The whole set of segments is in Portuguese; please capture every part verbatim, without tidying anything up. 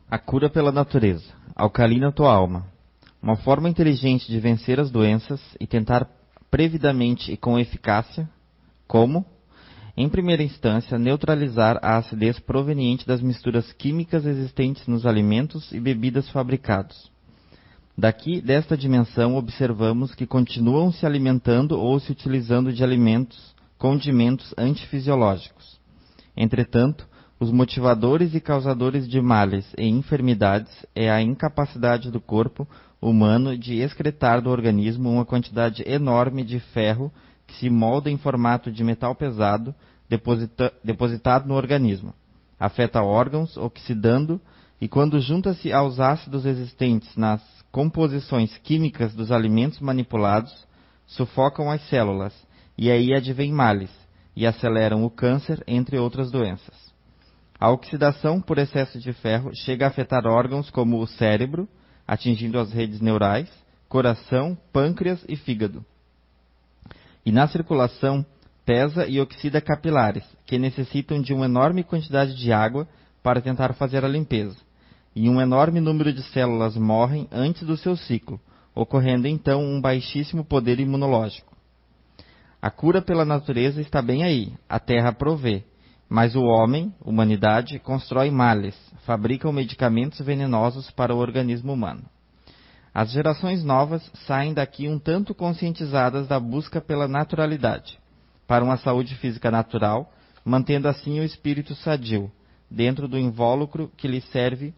A cura pela natureza. Alcalina tua alma. Uma forma inteligente de vencer as doenças e tentar previdamente e com eficácia. Como? Em primeira instância, neutralizar a acidez proveniente das misturas químicas existentes nos alimentos e bebidas fabricados. Daqui, desta dimensão, observamos que continuam se alimentando ou se utilizando de alimentos, condimentos antifisiológicos. Entretanto, os motivadores e causadores de males e enfermidades é a incapacidade do corpo humano de excretar do organismo uma quantidade enorme de ferro que se molda em formato de metal pesado deposita, depositado no organismo. Afeta órgãos, oxidando, e quando junta-se aos ácidos existentes nas composições químicas dos alimentos manipulados, sufocam as células, e aí advém males, e aceleram o câncer, entre outras doenças. A oxidação por excesso de ferro chega a afetar órgãos como o cérebro, atingindo as redes neurais, coração, pâncreas e fígado. E na circulação, pesa e oxida capilares, que necessitam de uma enorme quantidade de água para tentar fazer a limpeza. E um enorme número de células morrem antes do seu ciclo, ocorrendo então um baixíssimo poder imunológico. A cura pela natureza está bem aí, a terra provê. Mas o homem, humanidade, constrói males, fabrica medicamentos venenosos para o organismo humano. As gerações novas saem daqui um tanto conscientizadas da busca pela naturalidade, para uma saúde física natural, mantendo assim o espírito sadio, dentro do invólucro que lhe serve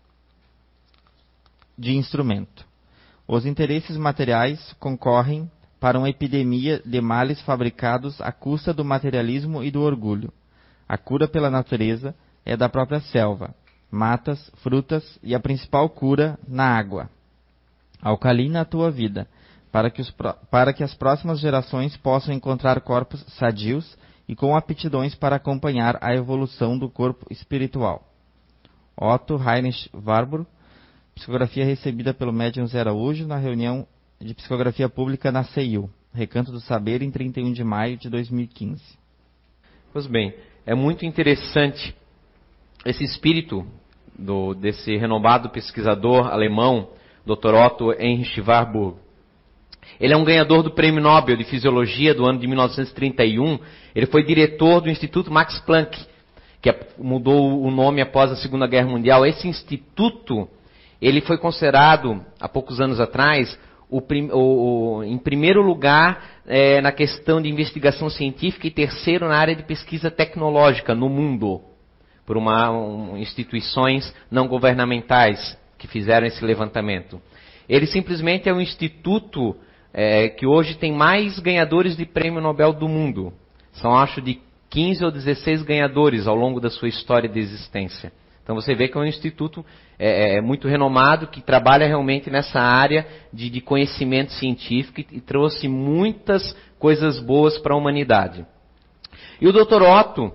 de instrumento. Os interesses materiais concorrem para uma epidemia de males fabricados à custa do materialismo e do orgulho. A cura pela natureza é da própria selva, matas, frutas e a principal cura na água. Alcalina a tua vida, para que, os, para que as próximas gerações possam encontrar corpos sadios e com aptidões para acompanhar a evolução do corpo espiritual. Otto Heinrich Warburg, psicografia recebida pelo médium Zé Araújo na reunião de psicografia pública na C I U, Recanto do Saber, em trinta e um de maio de dois mil e quinze. Pois bem, é muito interessante esse espírito do, desse renomado pesquisador alemão, doutor Otto Heinrich Warburg. Ele é um ganhador do Prêmio Nobel de Fisiologia do ano de mil novecentos e trinta e um. Ele foi diretor do Instituto Max Planck, que mudou o nome após a Segunda Guerra Mundial. Esse instituto, ele foi considerado, há poucos anos atrás, o, o, o, em primeiro lugar é, na questão de investigação científica e terceiro na área de pesquisa tecnológica no mundo, por uma, um, instituições não governamentais que fizeram esse levantamento. Ele simplesmente é um instituto é, que hoje tem mais ganhadores de prêmio Nobel do mundo. São, acho, de quinze ou dezesseis ganhadores ao longo da sua história de existência. Então você vê que é um instituto é, é, muito renomado, que trabalha realmente nessa área de, de conhecimento científico e, e trouxe muitas coisas boas para a humanidade. E o doutor Otto,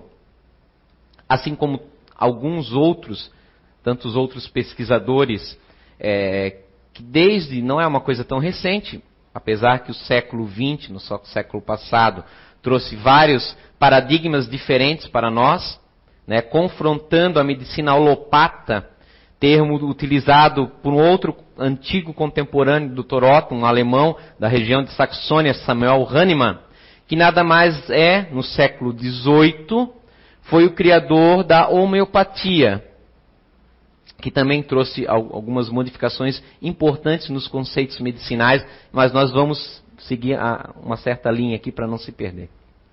assim como alguns outros, tantos outros pesquisadores, é, que desde, não é uma coisa tão recente, apesar que o século vinte, no século passado, trouxe vários paradigmas diferentes para nós, né, confrontando a medicina alopata, termo utilizado por um outro antigo contemporâneo do doutor Otto, um alemão da região de Saxônia, Samuel Hahnemann, que nada mais é, no século dezoito, foi o criador da homeopatia, que também trouxe algumas modificações importantes nos conceitos medicinais, mas nós vamos seguir uma certa linha aqui para não se perder.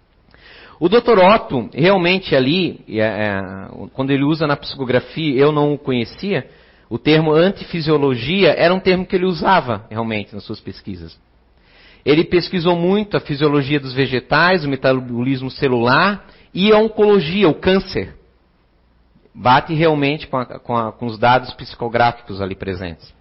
O doutor Otto, realmente ali, é, é, quando ele usa na psicografia, eu não o conhecia, o termo antifisiologia era um termo que ele usava realmente nas suas pesquisas. Ele pesquisou muito a fisiologia dos vegetais, o metabolismo celular e a oncologia, o câncer. Bate realmente com, a, com, a, com os dados psicográficos ali presentes.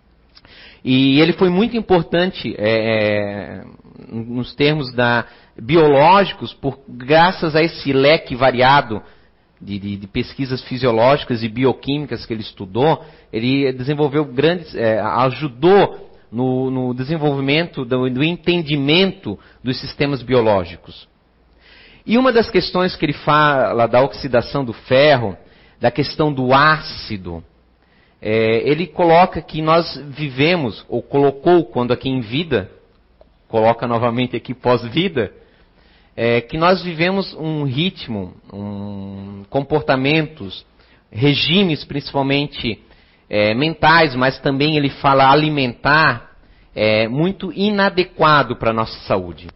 E ele foi muito importante é, nos termos da, biológicos, por, graças a esse leque variado de, de, de pesquisas fisiológicas e bioquímicas que ele estudou, ele desenvolveu grandes, é, ajudou no, no desenvolvimento do, do entendimento dos sistemas biológicos. E uma das questões que ele fala da oxidação do ferro, da questão do ácido, é, ele coloca que nós vivemos, ou colocou quando aqui em vida, coloca novamente aqui pós-vida, é, que nós vivemos um ritmo, um, comportamentos, regimes principalmente é, mentais, mas também ele fala alimentar, é, muito inadequado para a nossa saúde.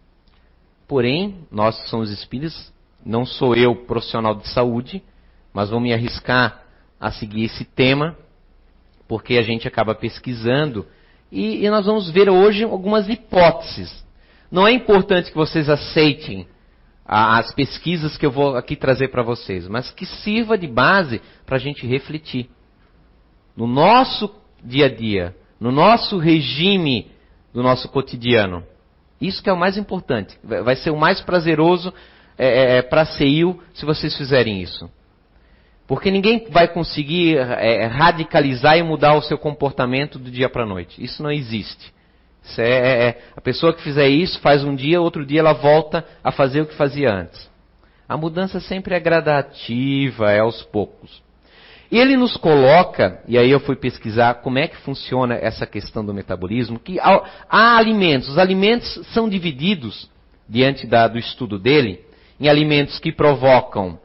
Porém, nós que somos espíritas, não sou eu profissional de saúde, mas vou me arriscar a seguir esse tema, porque a gente acaba pesquisando, e, e nós vamos ver hoje algumas hipóteses. Não é importante que vocês aceitem a, as pesquisas que eu vou aqui trazer para vocês, mas que sirva de base para a gente refletir. No nosso dia a dia, no nosso regime do nosso cotidiano. Isso que é o mais importante. Vai ser o mais prazeroso é, é, para a C I U se vocês fizerem isso. Porque ninguém vai conseguir é, radicalizar e mudar o seu comportamento do dia para a noite. Isso não existe. Isso é, é, a pessoa que fizer isso faz um dia, outro dia ela volta a fazer o que fazia antes. A mudança sempre é gradativa, é aos poucos. E ele nos coloca, e aí eu fui pesquisar como é que funciona essa questão do metabolismo, que há, há alimentos, os alimentos são divididos, diante da, do estudo dele, em alimentos que provocam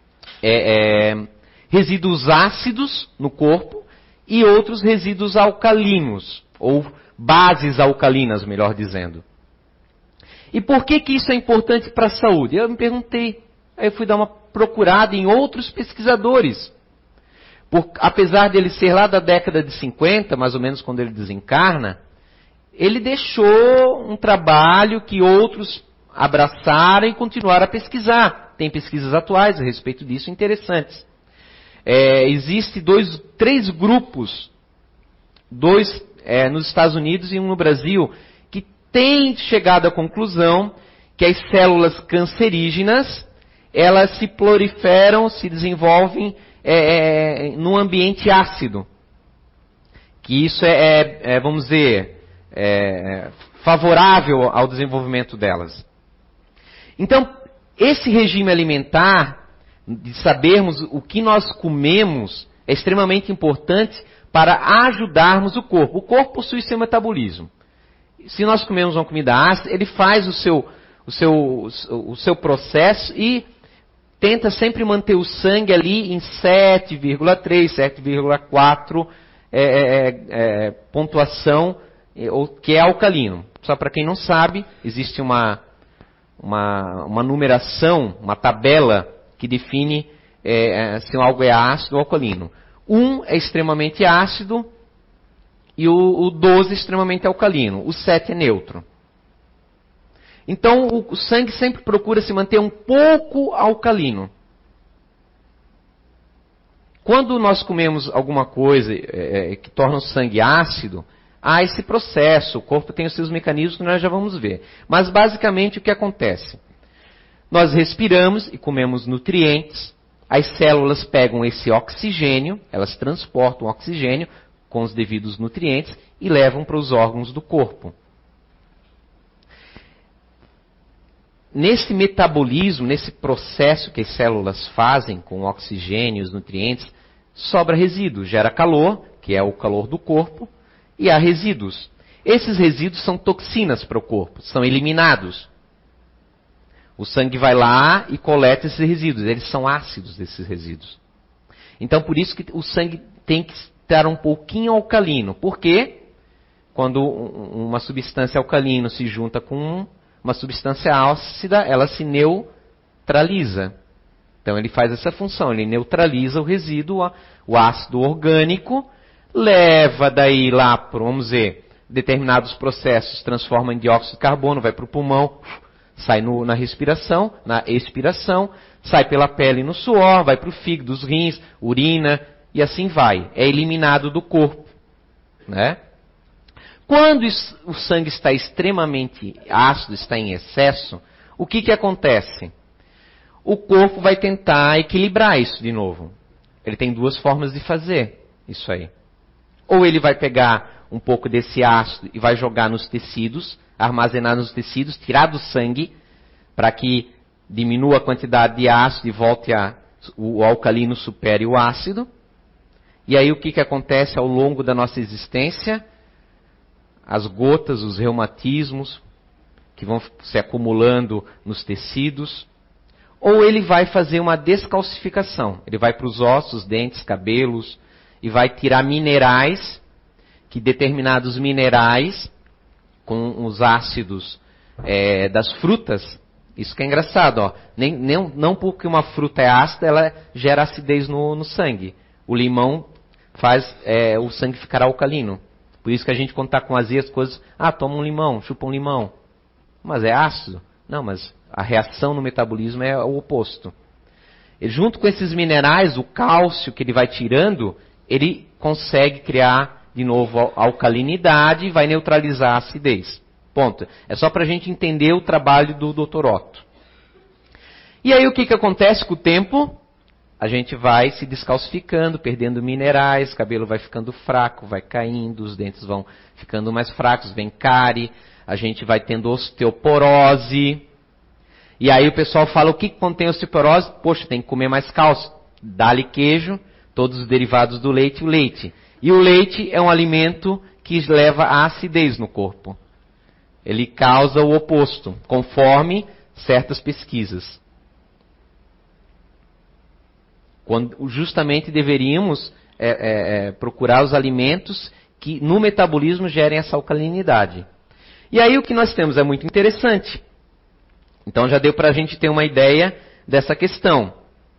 é, é, resíduos ácidos no corpo e outros resíduos alcalinos, ou bases alcalinas, melhor dizendo. E por que que isso é importante para a saúde? Eu me perguntei, aí eu fui dar uma procurada em outros pesquisadores. Por, apesar de ele ser lá da década de cinquenta, mais ou menos quando ele desencarna, ele deixou um trabalho que outros abraçaram e continuaram a pesquisar. Tem pesquisas atuais a respeito disso interessantes. É, Existem dois, três grupos, dois é, nos Estados Unidos e um no Brasil, que têm chegado à conclusão que as células cancerígenas, elas se proliferam, se desenvolvem é, é, num ambiente ácido. Que isso é, é, é vamos dizer, é, favorável ao desenvolvimento delas. Então, esse regime alimentar, de sabermos o que nós comemos, é extremamente importante para ajudarmos o corpo. O corpo possui seu metabolismo. Se nós comemos uma comida ácida, ele faz o seu, o seu, o seu processo e tenta sempre manter o sangue ali em sete vírgula três, sete vírgula quatro é, é, é, pontuação, que é alcalino. Só para quem não sabe, existe uma, uma, uma numeração, uma tabela que define é, se algo é ácido ou alcalino. um é extremamente ácido e o, o doze é extremamente alcalino. O sete é neutro. Então, o, o sangue sempre procura se manter um pouco alcalino. Quando nós comemos alguma coisa é, que torna o sangue ácido, há esse processo. O corpo tem os seus mecanismos que nós já vamos ver. Mas, basicamente, o que acontece? Nós respiramos e comemos nutrientes. As células pegam esse oxigênio, elas transportam o oxigênio com os devidos nutrientes e levam para os órgãos do corpo. Nesse metabolismo, nesse processo que as células fazem com o oxigênio e os nutrientes, sobra resíduo, gera calor, que é o calor do corpo, e há resíduos. Esses resíduos são toxinas para o corpo, são eliminados. O sangue vai lá e coleta esses resíduos, eles são ácidos, esses resíduos. Então, por isso que o sangue tem que estar um pouquinho alcalino. Por quê? Quando uma substância alcalina se junta com uma substância ácida, ela se neutraliza. Então ele faz essa função, ele neutraliza o resíduo, o ácido orgânico, leva daí lá, por, vamos dizer, determinados processos, transforma em dióxido de carbono, vai para o pulmão, sai no, na respiração, na expiração, sai pela pele no suor, vai para o fígado, os rins, urina, e assim vai. É eliminado do corpo, né? Quando o sangue está extremamente ácido, está em excesso, o que que acontece? O corpo vai tentar equilibrar isso de novo. Ele tem duas formas de fazer isso aí. Ou ele vai pegar um pouco desse ácido e vai jogar nos tecidos, armazenar nos tecidos, tirar do sangue, para que diminua a quantidade de ácido e volte a, o alcalino supere o ácido. E aí o que, que acontece ao longo da nossa existência? As gotas, os reumatismos, que vão se acumulando nos tecidos. Ou ele vai fazer uma descalcificação. Ele vai para os ossos, dentes, cabelos, e vai tirar minerais, que determinados minerais, com os ácidos é, das frutas, isso que é engraçado, ó. Nem, nem, não porque uma fruta é ácida, ela gera acidez no, no sangue. O limão faz é, o sangue ficar alcalino. Por isso que a gente, quando está com azia, as coisas... Ah, toma um limão, chupa um limão. Mas é ácido? Não, mas a reação no metabolismo é o oposto. E junto com esses minerais, o cálcio que ele vai tirando, ele consegue criar de novo a alcalinidade e vai neutralizar a acidez. Ponto. É só para a gente entender o trabalho do doutor Otto. E aí o que, que acontece com o tempo? A gente vai se descalcificando, perdendo minerais, o cabelo vai ficando fraco, vai caindo, os dentes vão ficando mais fracos, vem cárie, a gente vai tendo osteoporose. E aí o pessoal fala, o que contém osteoporose? Poxa, tem que comer mais cálcio. Dá-lhe queijo, todos os derivados do leite e o leite. E o leite é um alimento que leva à acidez no corpo. Ele causa o oposto, conforme certas pesquisas. Quando justamente deveríamos é, é, é, procurar os alimentos que no metabolismo gerem essa alcalinidade. E aí o que nós temos é muito interessante. Então já deu para a gente ter uma ideia dessa questão.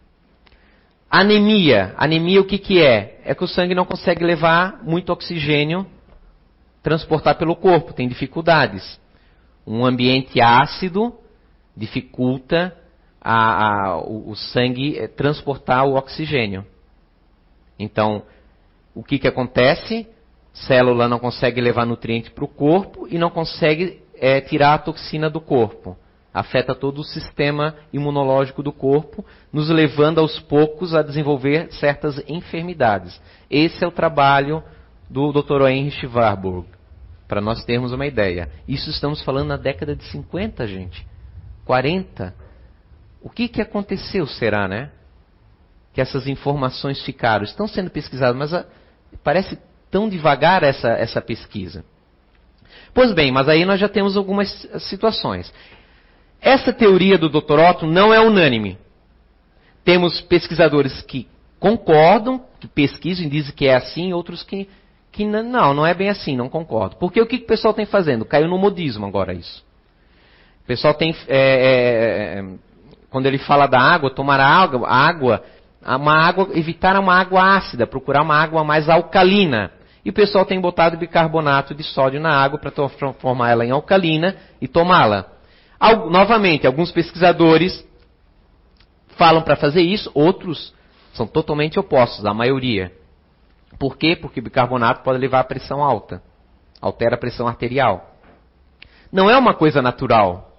Anemia. Anemia o que, que é? É que o sangue não consegue levar muito oxigênio, transportar pelo corpo, tem dificuldades. Um ambiente ácido dificulta a, a, o, o sangue transportar o oxigênio. Então, o que, que acontece? Célula não consegue levar nutriente para o corpo e não consegue é, tirar a toxina do corpo. Afeta todo o sistema imunológico do corpo, nos levando aos poucos a desenvolver certas enfermidades. Esse é o trabalho do doutor Heinrich Warburg, para nós termos uma ideia. Isso estamos falando na década de cinquenta, gente. quarenta. O que, que aconteceu, será, né? Que essas informações ficaram. Estão sendo pesquisadas, mas a, parece tão devagar essa, essa pesquisa. Pois bem, mas aí nós já temos algumas situações. Essa teoria do doutor Otto não é unânime. Temos pesquisadores que concordam, que pesquisam e dizem que é assim, outros que, que não, não é bem assim, não concordo. Porque o que o pessoal tem fazendo? Caiu no modismo agora isso. O pessoal tem, é, é, quando ele fala da água, tomar água, água, uma água, evitar uma água ácida, procurar uma água mais alcalina. E o pessoal tem botado bicarbonato de sódio na água para transformar ela em alcalina e tomá-la. Novamente, alguns pesquisadores falam para fazer isso, outros são totalmente opostos, a maioria. Por quê? Porque o bicarbonato pode levar a pressão alta, altera a pressão arterial. Não é uma coisa natural.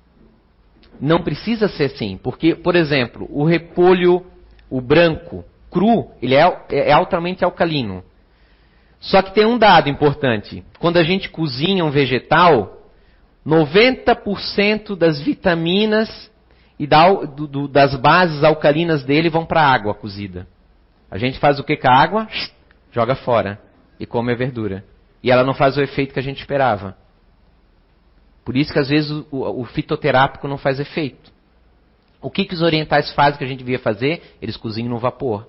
Não precisa ser assim, porque, por exemplo, o repolho, o branco, cru, ele é, é altamente alcalino. Só que tem um dado importante. Quando a gente cozinha um vegetal, noventa por cento das vitaminas e da, do, do, das bases alcalinas dele vão para a água cozida. A gente faz o que com a água? Joga fora e come a verdura. E ela não faz o efeito que a gente esperava. Por isso que às vezes o, o fitoterápico não faz efeito. O que, que os orientais fazem que a gente devia fazer? Eles cozinham no vapor.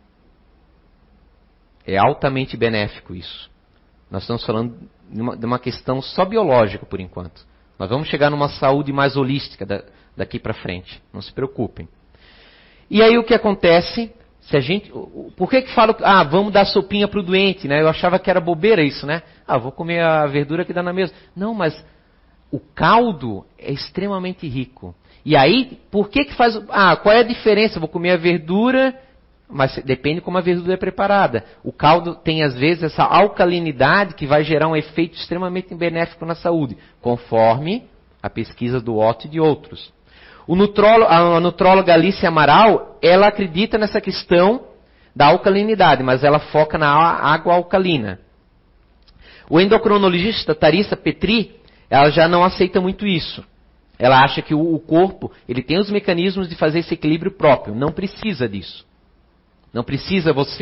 É altamente benéfico isso. Nós estamos falando de uma, de uma questão só biológica por enquanto. Nós vamos chegar numa saúde mais holística da, daqui para frente. Não se preocupem. E aí o que acontece? Se a gente, por que que falo, ah, vamos dar sopinha para o doente, né? Eu achava que era bobeira isso, né? Ah, vou comer a verdura que dá na mesa. Não, mas o caldo é extremamente rico. E aí, por que que faz... Ah, qual é a diferença? Eu vou comer a verdura, mas depende como a verdura é preparada. O caldo tem, às vezes, essa alcalinidade que vai gerar um efeito extremamente benéfico na saúde, conforme a pesquisa do Otto e de outros. O nutrólogo, a nutróloga Alice Amaral, ela acredita nessa questão da alcalinidade, mas ela foca na água alcalina. O endocrinologista Tarissa Petri, ela já não aceita muito isso. Ela acha que o corpo ele tem os mecanismos de fazer esse equilíbrio próprio. Não precisa disso. Não precisa você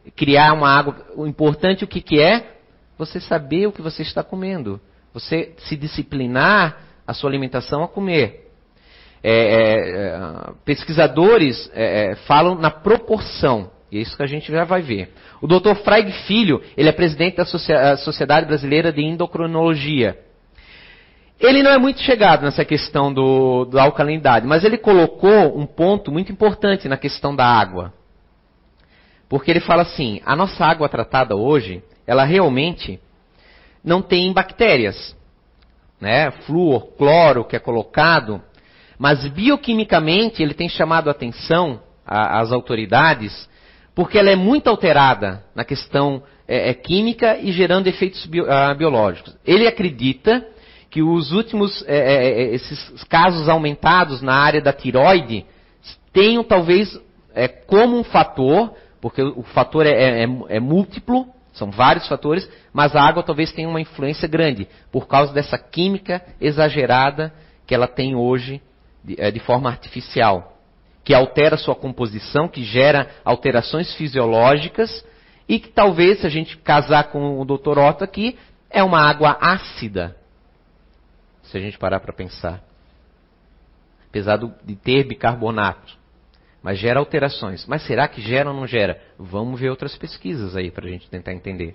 criar uma água. O importante, o que, que é? Você saber o que você está comendo. Você se disciplinar a sua alimentação a comer. É, é, pesquisadores é, falam na proporção. E é isso que a gente já vai ver. O doutor Freig Filho, ele é presidente da Sociedade Brasileira de Endocrinologia. Ele não é muito chegado nessa questão do, da alcalinidade, mas ele colocou um ponto muito importante na questão da água. Porque ele fala assim, a nossa água tratada hoje, ela realmente não tem bactérias. Né? Flúor, cloro que é colocado, mas bioquimicamente ele tem chamado a atenção às autoridades, porque ela é muito alterada na questão é, é, química e gerando efeitos bio, uh, biológicos. Ele acredita que os últimos, é, é, esses casos aumentados na área da tireoide tenham talvez é, como um fator, porque o fator é, é, é múltiplo, são vários fatores, mas a água talvez tenha uma influência grande, por causa dessa química exagerada que ela tem hoje de, é, de forma artificial, que altera sua composição, que gera alterações fisiológicas, e que talvez, se a gente casar com o doutor Otto aqui, é uma água ácida. Se a gente parar para pensar. Apesar de ter bicarbonato. Mas gera alterações. Mas será que gera ou não gera? Vamos ver outras pesquisas aí para a gente tentar entender.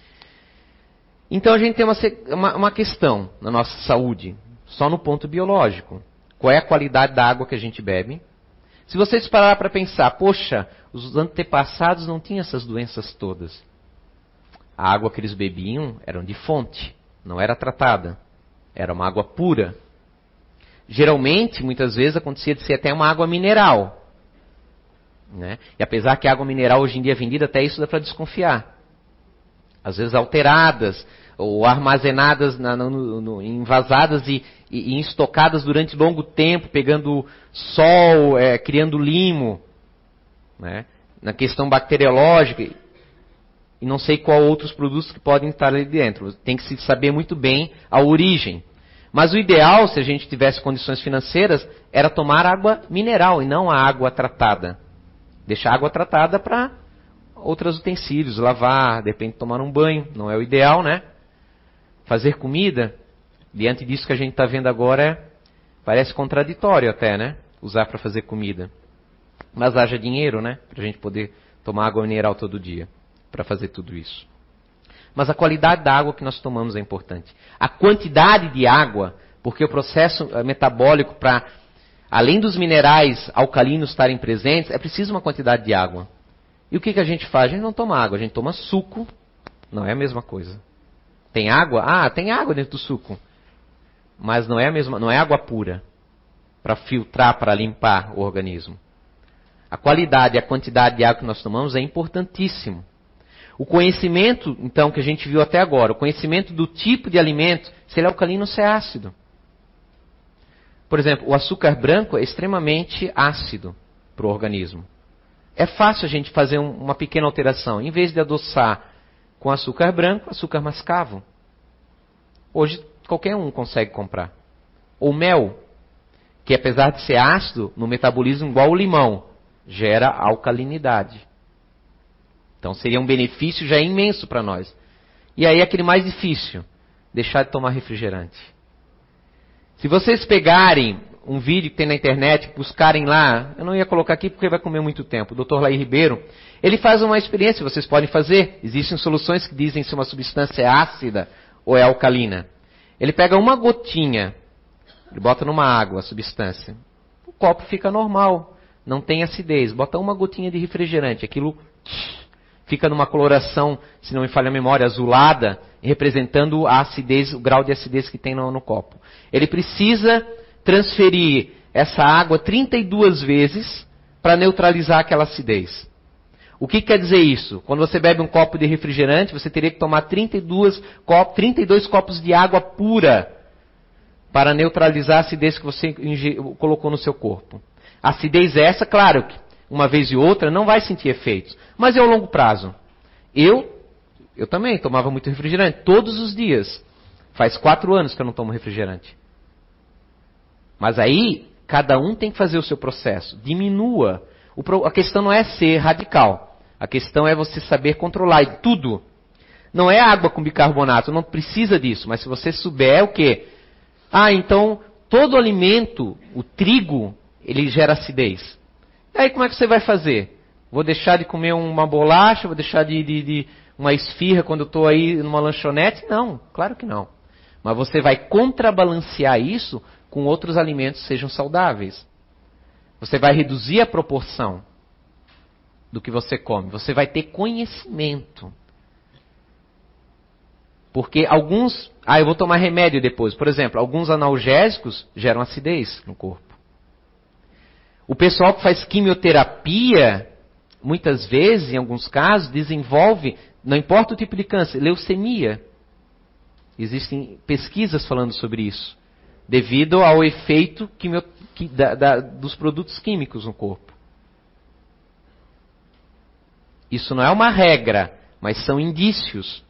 Então a gente tem uma, uma, uma questão na nossa saúde. Só no ponto biológico. Qual é a qualidade da água que a gente bebe? Se vocês pararem para pensar, poxa, os antepassados não tinham essas doenças todas. A água que eles bebiam era de fonte. Não era tratada. Era uma água pura. Geralmente, muitas vezes, acontecia de ser até uma água mineral. Né? E apesar que a água mineral hoje em dia é vendida, até isso dá para desconfiar. Às vezes alteradas, ou armazenadas, na, no, no, envasadas e, e, e estocadas durante longo tempo, pegando sol, é, criando limo. Né? Na questão bacteriológica, e não sei qual outros produtos que podem estar ali dentro. Tem que se saber muito bem a origem. Mas o ideal, se a gente tivesse condições financeiras, era tomar água mineral e não a água tratada. Deixar a água tratada para outros utensílios, lavar, de repente tomar um banho. Não é o ideal, né? Fazer comida, diante disso que a gente está vendo agora, parece contraditório até, né? Usar para fazer comida. Mas haja dinheiro, né? Para a gente poder tomar água mineral todo dia. Para fazer tudo isso. Mas a qualidade da água que nós tomamos é importante. A quantidade de água, porque o processo metabólico, para além dos minerais alcalinos estarem presentes, é preciso uma quantidade de água. E o que, que a gente faz? A gente não toma água, a gente toma suco. Não é a mesma coisa. Tem água? Ah, tem água dentro do suco. Mas não é a mesma, não é água pura. Para filtrar, para limpar o organismo. A qualidade e a quantidade de água que nós tomamos é importantíssimo. O conhecimento, então, que a gente viu até agora, o conhecimento do tipo de alimento, se ele é alcalino ou se é ácido. Por exemplo, o açúcar branco é extremamente ácido para o organismo. É fácil a gente fazer um, uma pequena alteração. Em vez de adoçar com açúcar branco, açúcar mascavo. Hoje, qualquer um consegue comprar. Ou mel, que apesar de ser ácido, no metabolismo igual o limão, gera alcalinidade. Então seria um benefício já imenso para nós. E aí aquele mais difícil, deixar de tomar refrigerante. Se vocês pegarem um vídeo que tem na internet, buscarem lá, eu não ia colocar aqui porque vai comer muito tempo, o doutor Laí Ribeiro, ele faz uma experiência, vocês podem fazer. Existem soluções que dizem se uma substância é ácida ou é alcalina. Ele pega uma gotinha, ele bota numa água a substância, o copo fica normal, não tem acidez. Bota uma gotinha de refrigerante, aquilo fica numa coloração, se não me falha a memória, azulada, representando a acidez, o grau de acidez que tem no, no copo. Ele precisa transferir essa água trinta e duas vezes para neutralizar aquela acidez. O que quer dizer isso? Quando você bebe um copo de refrigerante, você teria que tomar trinta e dois, copos, trinta e dois copos de água pura para neutralizar a acidez que você colocou no seu corpo. A acidez é essa, claro que uma vez e outra, não vai sentir efeitos. Mas é ao longo prazo. Eu, eu também tomava muito refrigerante, todos os dias. Faz quatro anos que eu não tomo refrigerante. Mas aí, cada um tem que fazer o seu processo. Diminua. O pro, a questão não é ser radical. A questão é você saber controlar. E tudo. Não é água com bicarbonato, não precisa disso. Mas se você souber o quê? Ah, então todo alimento, o trigo, ele gera acidez. E aí como é que você vai fazer? Vou deixar de comer uma bolacha, vou deixar de, de, de uma esfirra quando eu estou aí numa lanchonete? Não, claro que não. Mas você vai contrabalancear isso com outros alimentos que sejam saudáveis. Você vai reduzir a proporção do que você come. Você vai ter conhecimento. Porque alguns... Ah, eu vou tomar remédio depois. Por exemplo, alguns analgésicos geram acidez no corpo. O pessoal que faz quimioterapia, muitas vezes, em alguns casos, desenvolve, não importa o tipo de câncer, leucemia. Existem pesquisas falando sobre isso. Devido ao efeito quimio, da, da, dos produtos químicos no corpo. Isso não é uma regra, mas são indícios.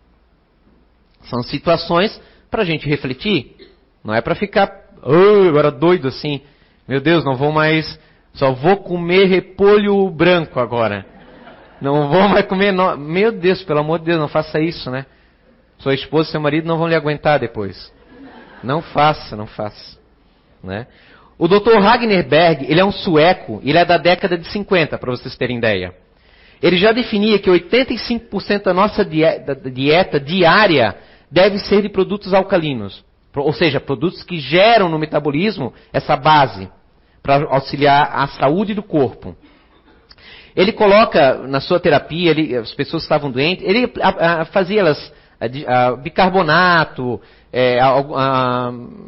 São situações para a gente refletir. Não é para ficar oh, agora doido assim. Meu Deus, não vou mais... Só vou comer repolho branco agora. Não vou mais comer... No... Meu Deus, pelo amor de Deus, não faça isso, né? Sua esposa e seu marido não vão lhe aguentar depois. Não faça, não faça. Né? O doutor Ragnar Berg, ele é um sueco, ele é da década de cinquenta, para vocês terem ideia. Ele já definia que oitenta e cinco por cento da nossa dieta, da dieta diária deve ser de produtos alcalinos. Ou seja, produtos que geram no metabolismo essa base para auxiliar a saúde do corpo. Ele coloca na sua terapia, ele, as pessoas que estavam doentes, ele a, a, fazia elas a, a, bicarbonato, é, a, a,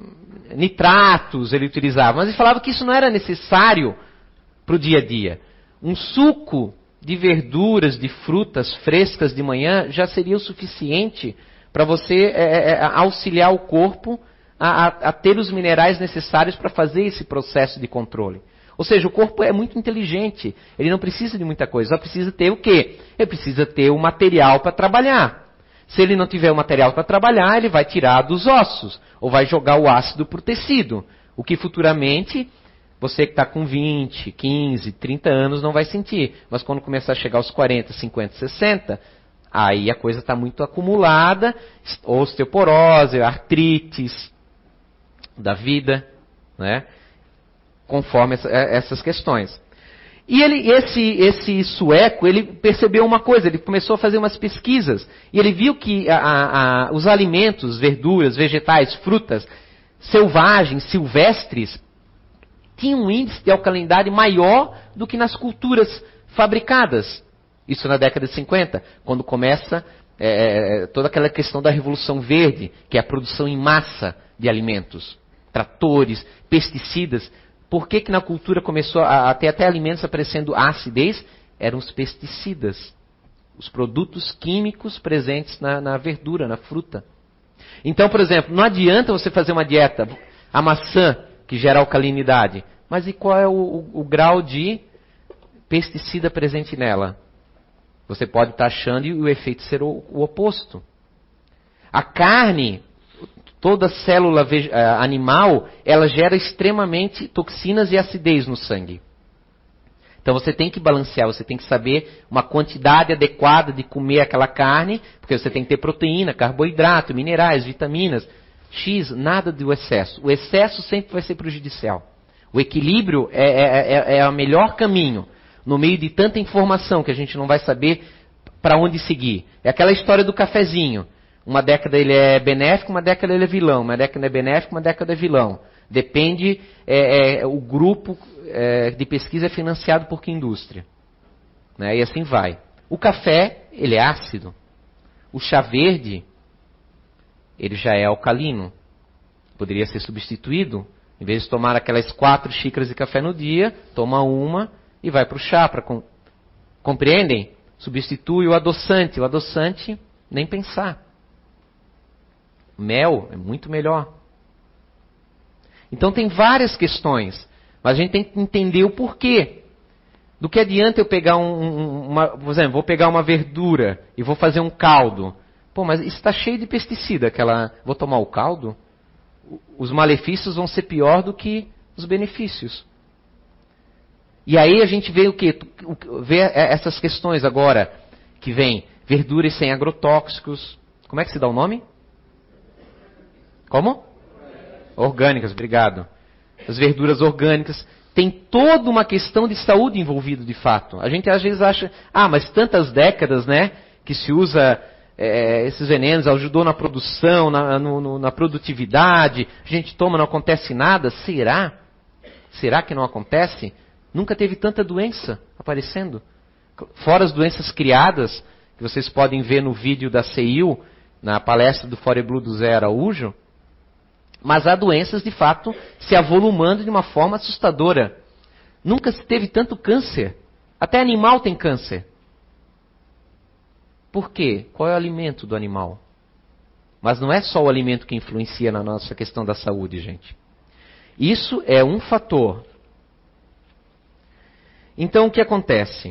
nitratos ele utilizava, mas ele falava que isso não era necessário para o dia a dia. Um suco de verduras, de frutas frescas de manhã já seria o suficiente para você é, é, auxiliar o corpo a, a, a ter os minerais necessários para fazer esse processo de controle. Ou seja, o corpo é muito inteligente, ele não precisa de muita coisa, só precisa ter o quê? Ele precisa ter o material para trabalhar. Se ele não tiver o material para trabalhar, ele vai tirar dos ossos, ou vai jogar o ácido para o tecido, o que futuramente... Você que está com vinte, quinze, trinta anos não vai sentir. Mas quando começar a chegar aos quarenta, cinquenta, sessenta, aí a coisa está muito acumulada. Osteoporose, artrites da vida, né? Conforme essa, essas questões. E ele, esse, esse sueco, ele percebeu uma coisa, ele começou a fazer umas pesquisas. E ele viu que a, a, os alimentos, verduras, vegetais, frutas, selvagens, silvestres, tinha um índice de alcalinidade maior do que nas culturas fabricadas. Isso na década de cinquenta, quando começa é, toda aquela questão da Revolução Verde, que é a produção em massa de alimentos, tratores, pesticidas. Por que que na cultura começou a, a ter até alimentos aparecendo a acidez? Eram os pesticidas, os produtos químicos presentes na, na verdura, na fruta. Então, por exemplo, não adianta você fazer uma dieta, a maçã, que gera alcalinidade. Mas e qual é o, o, o grau de pesticida presente nela? Você pode estar achando e o efeito ser o, o oposto. A carne, toda célula vege, uh, animal, ela gera extremamente toxinas e acidez no sangue. Então você tem que balancear, você tem que saber uma quantidade adequada de comer aquela carne, porque você tem que ter proteína, carboidrato, minerais, vitaminas. X, nada do excesso. O excesso sempre vai ser prejudicial. O equilíbrio é, é, é, é o melhor caminho. No meio de tanta informação que a gente não vai saber para onde seguir. É aquela história do cafezinho. Uma década ele é benéfico, uma década ele é vilão. Uma década é benéfico, uma década é vilão. Depende, é, é, o grupo é, de pesquisa é financiado por que indústria. Né? E assim vai. O café, ele é ácido. O chá verde... ele já é alcalino. Poderia ser substituído. Em vez de tomar aquelas quatro xícaras de café no dia, toma uma e vai para o chá. Pra com... Compreendem? Substitui o adoçante. O adoçante, nem pensar. Mel é muito melhor. Então tem várias questões. Mas a gente tem que entender o porquê. Do que adianta eu pegar um, uma... Por exemplo, vou pegar uma verdura e vou fazer um caldo. Pô, mas isso está cheio de pesticida. Aquela, vou tomar o caldo? Os malefícios vão ser pior do que os benefícios. E aí a gente vê o quê? Vê essas questões agora que vem. Verduras sem agrotóxicos. Como é que se dá o nome? Como? Orgânicas, obrigado. As verduras orgânicas. Tem toda uma questão de saúde envolvida de fato. A gente às vezes acha, ah, mas tantas décadas, né, que se usa é, esses venenos, ajudou na produção, na, no, na produtividade, a gente toma, não acontece nada. Será? Será que não acontece? Nunca teve tanta doença aparecendo. Fora as doenças criadas, que vocês podem ver no vídeo da C I U, na palestra do Foreblue do Zé Araújo. Mas há doenças, de fato, se avolumando de uma forma assustadora. Nunca se teve tanto câncer. Até animal tem câncer. Por quê? Qual é o alimento do animal? Mas não é só o alimento que influencia na nossa questão da saúde, gente. Isso é um fator. Então, o que acontece?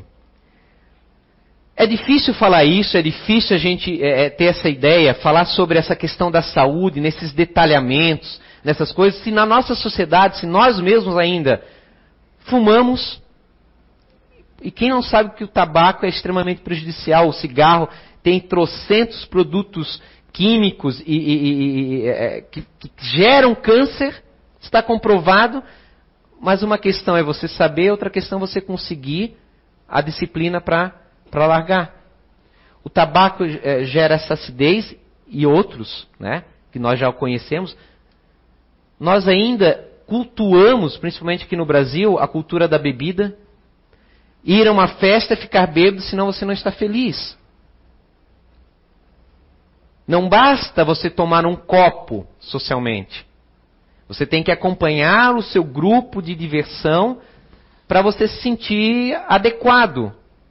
É difícil falar isso, é difícil a gente é, ter essa ideia, falar sobre essa questão da saúde, nesses detalhamentos, nessas coisas, se na nossa sociedade, se nós mesmos ainda fumamos, e quem não sabe que o tabaco é extremamente prejudicial, o cigarro tem trocentos produtos químicos e, e, e, é, que, que geram câncer, está comprovado, mas uma questão é você saber, outra questão é você conseguir a disciplina para para largar. O tabaco é, gera essa acidez e outros, né, que nós já conhecemos. Nós ainda cultuamos, principalmente aqui no Brasil, a cultura da bebida. Ir a uma festa e ficar bêbado, senão você não está feliz. Não basta você tomar um copo socialmente. Você tem que acompanhar o seu grupo de diversão para você se sentir adequado.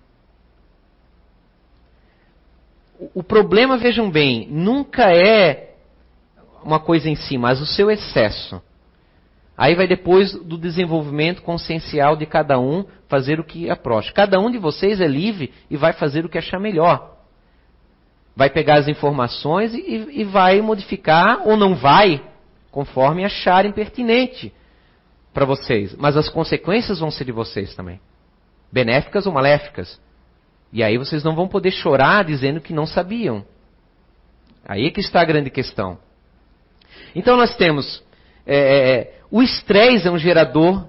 O problema, vejam bem, nunca é uma coisa em si, mas o seu excesso. Aí vai depois do desenvolvimento consciencial de cada um fazer o que aproxa. Cada um de vocês é livre e vai fazer o que achar melhor. Vai pegar as informações e, e vai modificar ou não vai, conforme acharem pertinente para vocês. Mas as consequências vão ser de vocês também. Benéficas ou maléficas. E aí vocês não vão poder chorar dizendo que não sabiam. Aí é que está a grande questão. Então nós temos... É, o estresse é um gerador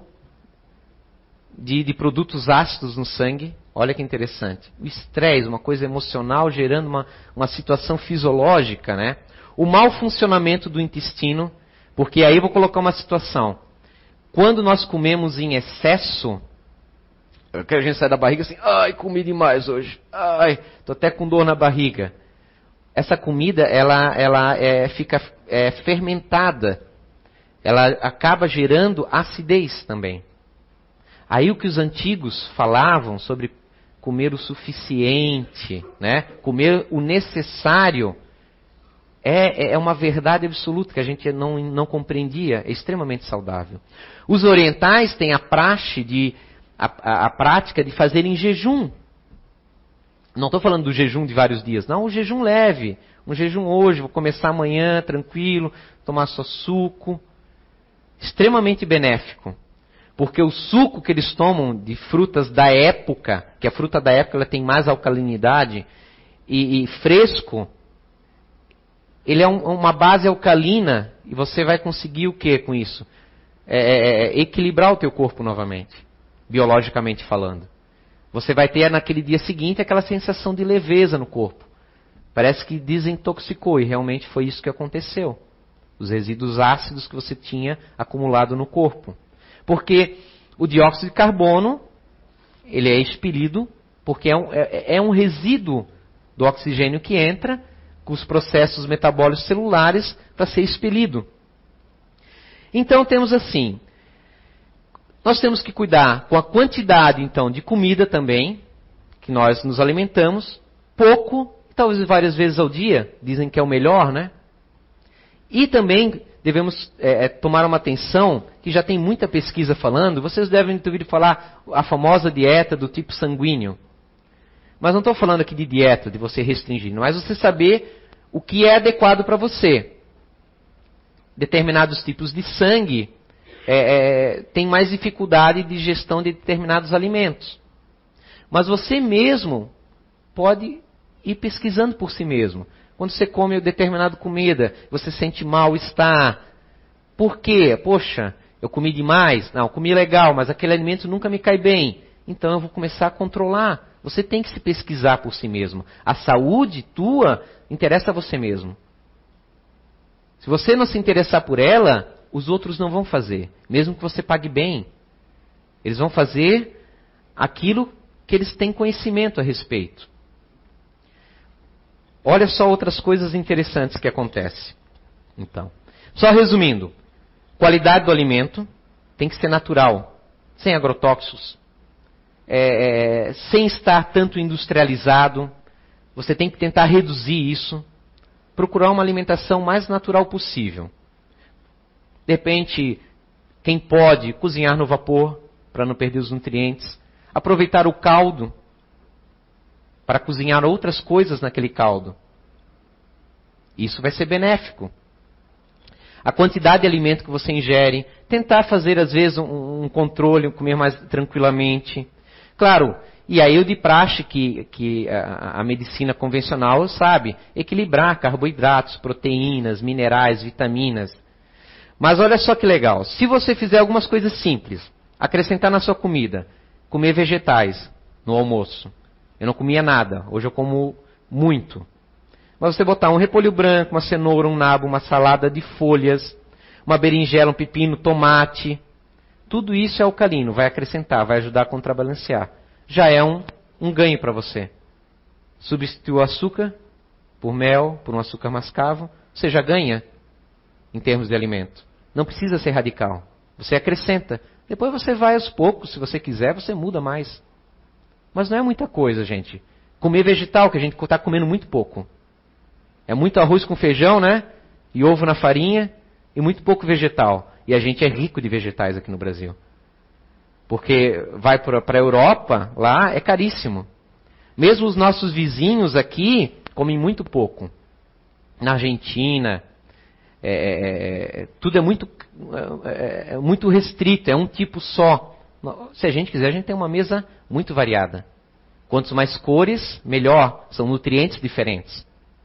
de, de produtos ácidos no sangue. Olha que interessante. O estresse, uma coisa emocional, gerando uma, uma situação fisiológica, né? O mau funcionamento do intestino, porque aí eu vou colocar uma situação. Quando nós comemos em excesso, que a gente sai da barriga assim, ai, comi demais hoje, ai, tô até com dor na barriga. Essa comida, ela, ela é, fica é, fermentada. Ela acaba gerando acidez também. Aí o que os antigos falavam sobre comer o suficiente, né? Comer o necessário, é, é uma verdade absoluta que a gente não, não compreendia, é extremamente saudável. Os orientais têm a praxe de, a, a, a prática de fazerem jejum. Não estou falando do jejum de vários dias, não, o jejum leve. Um jejum hoje, vou começar amanhã, tranquilo, tomar só suco. Extremamente benéfico. Porque o suco que eles tomam de frutas da época, que a fruta da época ela tem mais alcalinidade, e, e fresco, ele é um, uma base alcalina, e você vai conseguir o que com isso? É, é, equilibrar o teu corpo novamente, biologicamente falando. Você vai ter naquele dia seguinte aquela sensação de leveza no corpo. Parece que desintoxicou, e realmente foi isso que aconteceu. Os resíduos ácidos que você tinha acumulado no corpo. Porque o dióxido de carbono, ele é expelido, porque é um, é, é um resíduo do oxigênio que entra com os processos metabólicos celulares para ser expelido. Então temos assim, nós temos que cuidar com a quantidade então de comida também, que nós nos alimentamos, pouco, talvez várias vezes ao dia, dizem que é o melhor, né? E também devemos é, tomar uma atenção, que já tem muita pesquisa falando, vocês devem ter ouvido falar a famosa dieta do tipo sanguíneo. Mas não estou falando aqui de dieta, de você restringir, mas você saber o que é adequado para você. Determinados tipos de sangue é, é, tem mais dificuldade de gestão de determinados alimentos. Mas você mesmo pode ir pesquisando por si mesmo. Quando você come determinada comida, você sente mal-estar. Por quê? Poxa, eu comi demais? Não, comi legal, mas aquele alimento nunca me cai bem. Então eu vou começar a controlar. Você tem que se pesquisar por si mesmo. A saúde tua interessa a você mesmo. Se você não se interessar por ela, os outros não vão fazer. Mesmo que você pague bem. Eles vão fazer aquilo que eles têm conhecimento a respeito. Olha só outras coisas interessantes que acontecem. Então, só resumindo. Qualidade do alimento tem que ser natural. Sem agrotóxicos. É, é, sem estar tanto industrializado. Você tem que tentar reduzir isso. Procurar uma alimentação mais natural possível. De repente, quem pode cozinhar no vapor, para não perder os nutrientes. Aproveitar o caldo, para cozinhar outras coisas naquele caldo. Isso vai ser benéfico. A quantidade de alimento que você ingere. Tentar fazer, às vezes, um, um controle, comer mais tranquilamente. Claro, e aí o de praxe que, que a, a medicina convencional sabe. Equilibrar carboidratos, proteínas, minerais, vitaminas. Mas olha só que legal. Se você fizer algumas coisas simples. Acrescentar na sua comida. Comer vegetais no almoço. Eu não comia nada. Hoje eu como muito. Mas você botar um repolho branco, uma cenoura, um nabo, uma salada de folhas, uma berinjela, um pepino, tomate. Tudo isso é alcalino. Vai acrescentar, vai ajudar a contrabalancear. Já é um, um ganho para você. Substitui o açúcar por mel, por um açúcar mascavo. Você já ganha em termos de alimento. Não precisa ser radical. Você acrescenta. Depois você vai aos poucos. Se você quiser, você muda mais. Mas não é muita coisa, gente. Comer vegetal, que a gente está comendo muito pouco. É muito arroz com feijão, né? E ovo na farinha. E muito pouco vegetal. E a gente é rico de vegetais aqui no Brasil. Porque vai para a Europa, lá é caríssimo. Mesmo os nossos vizinhos aqui comem muito pouco. Na Argentina, é, é, tudo é muito, é, é muito restrito, é um tipo só. Se a gente quiser, a gente tem uma mesa muito variada. Quantos mais cores, melhor. São nutrientes diferentes.